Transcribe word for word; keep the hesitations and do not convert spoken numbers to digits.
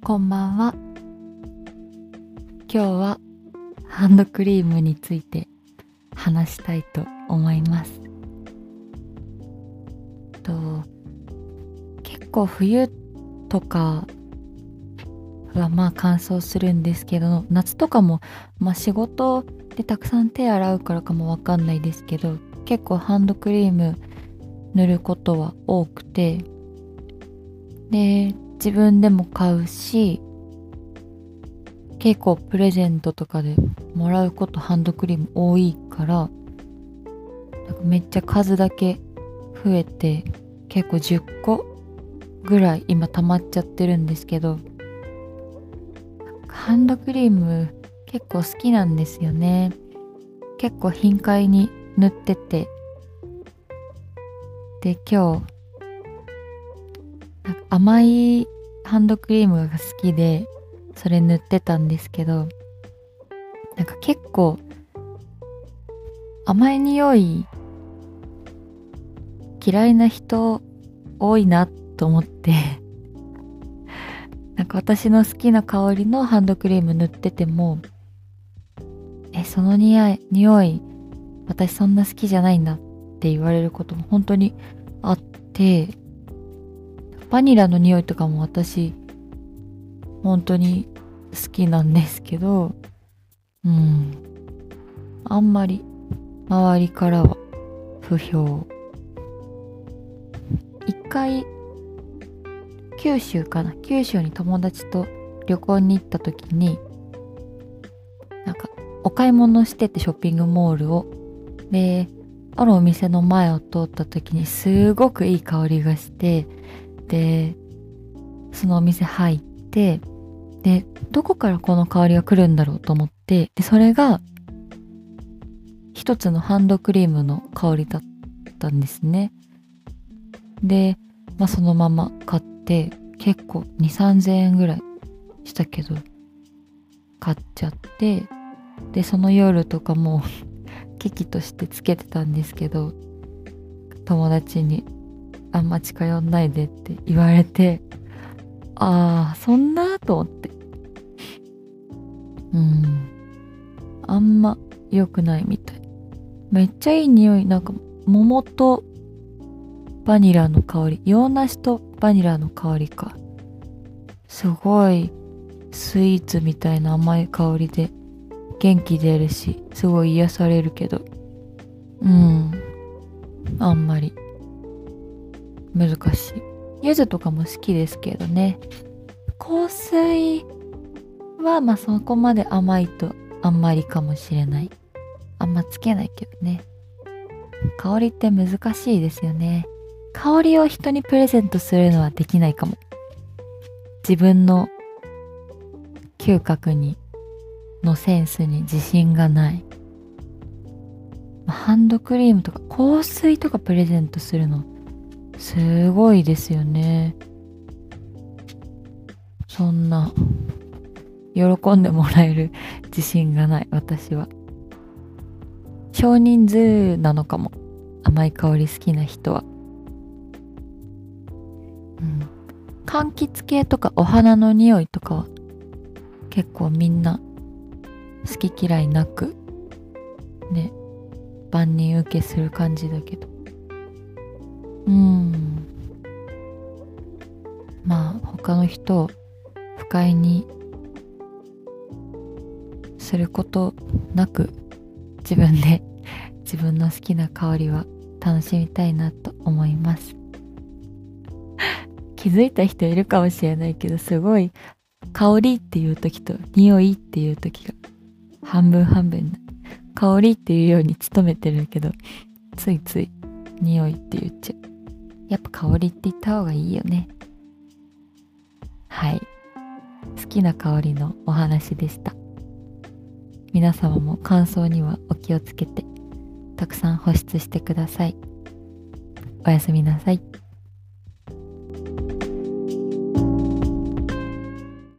こんばんは。今日はハンドクリームについて話したいと思います。と結構冬とかはまあ乾燥するんですけど、夏とかもまあ仕事でたくさん手洗うからかもわかんないですけど、結構ハンドクリーム塗ることは多くて、で自分でも買うし、結構プレゼントとかでもらうことハンドクリーム多いから、なんかめっちゃ数だけ増えて、結構じゅっこぐらい今溜まっちゃってるんですけど、ハンドクリーム結構好きなんですよね。結構頻回に塗ってて、で今日なんか甘いハンドクリームが好きでそれ塗ってたんですけど、なんか結構甘い匂い嫌いな人多いなと思ってなんか私の好きな香りのハンドクリーム塗ってても、えその匂い匂い私そんな好きじゃないんだって言われることも本当にあって、バニラの匂いとかも私本当に好きなんですけど、うんあんまり周りからは不評。一回九州かな九州に友達と旅行に行った時に、なんかお買い物してて、ショッピングモールをであるお店の前を通った時にすごくいい香りがして、でそのお店入って、でどこからこの香りが来るんだろうと思って、でそれが一つのハンドクリームの香りだったんですね。で、まあ、そのまま買って、結構にせんさんぜんえんぐらいしたけど買っちゃって、でその夜とかも危機としてつけてたんですけど、友達にあんま近寄んないでって言われて、ああそんなと思って、うんあんま良くないみたい。めっちゃいい匂い、なんか桃とバニラの香り、洋梨とバニラの香りか、すごいスイーツみたいな甘い香りで元気出るし、すごい癒されるけど、うんあんまり難しい。柚子とかも好きですけどね。香水はまあそこまで甘いとあんまりかもしれない。あんまつけないけどね。香りって難しいですよね。香りを人にプレゼントするのはできないかも。自分の嗅覚にのセンスに自信がない。ハンドクリームとか香水とかプレゼントするのすごいですよね。そんな喜んでもらえる自信がない私は。少人数なのかも、甘い香り好きな人は。うん、柑橘系とかお花の匂いとかは結構みんな好き嫌いなくね、万人受けする感じだけど、うんまあ他の人を不快にすることなく、自分で自分の好きな香りは楽しみたいなと思います。気づいた人いるかもしれないけど、すごい香りっていう時と匂いっていう時が半分半分な。香りっていうように努めてるけど、ついつい匂いって言っちゃう。やっぱ香りって言った方がいいよね。はい、好きな香りのお話でした。皆様も乾燥にはお気をつけて、たくさん保湿してください。おやすみなさい。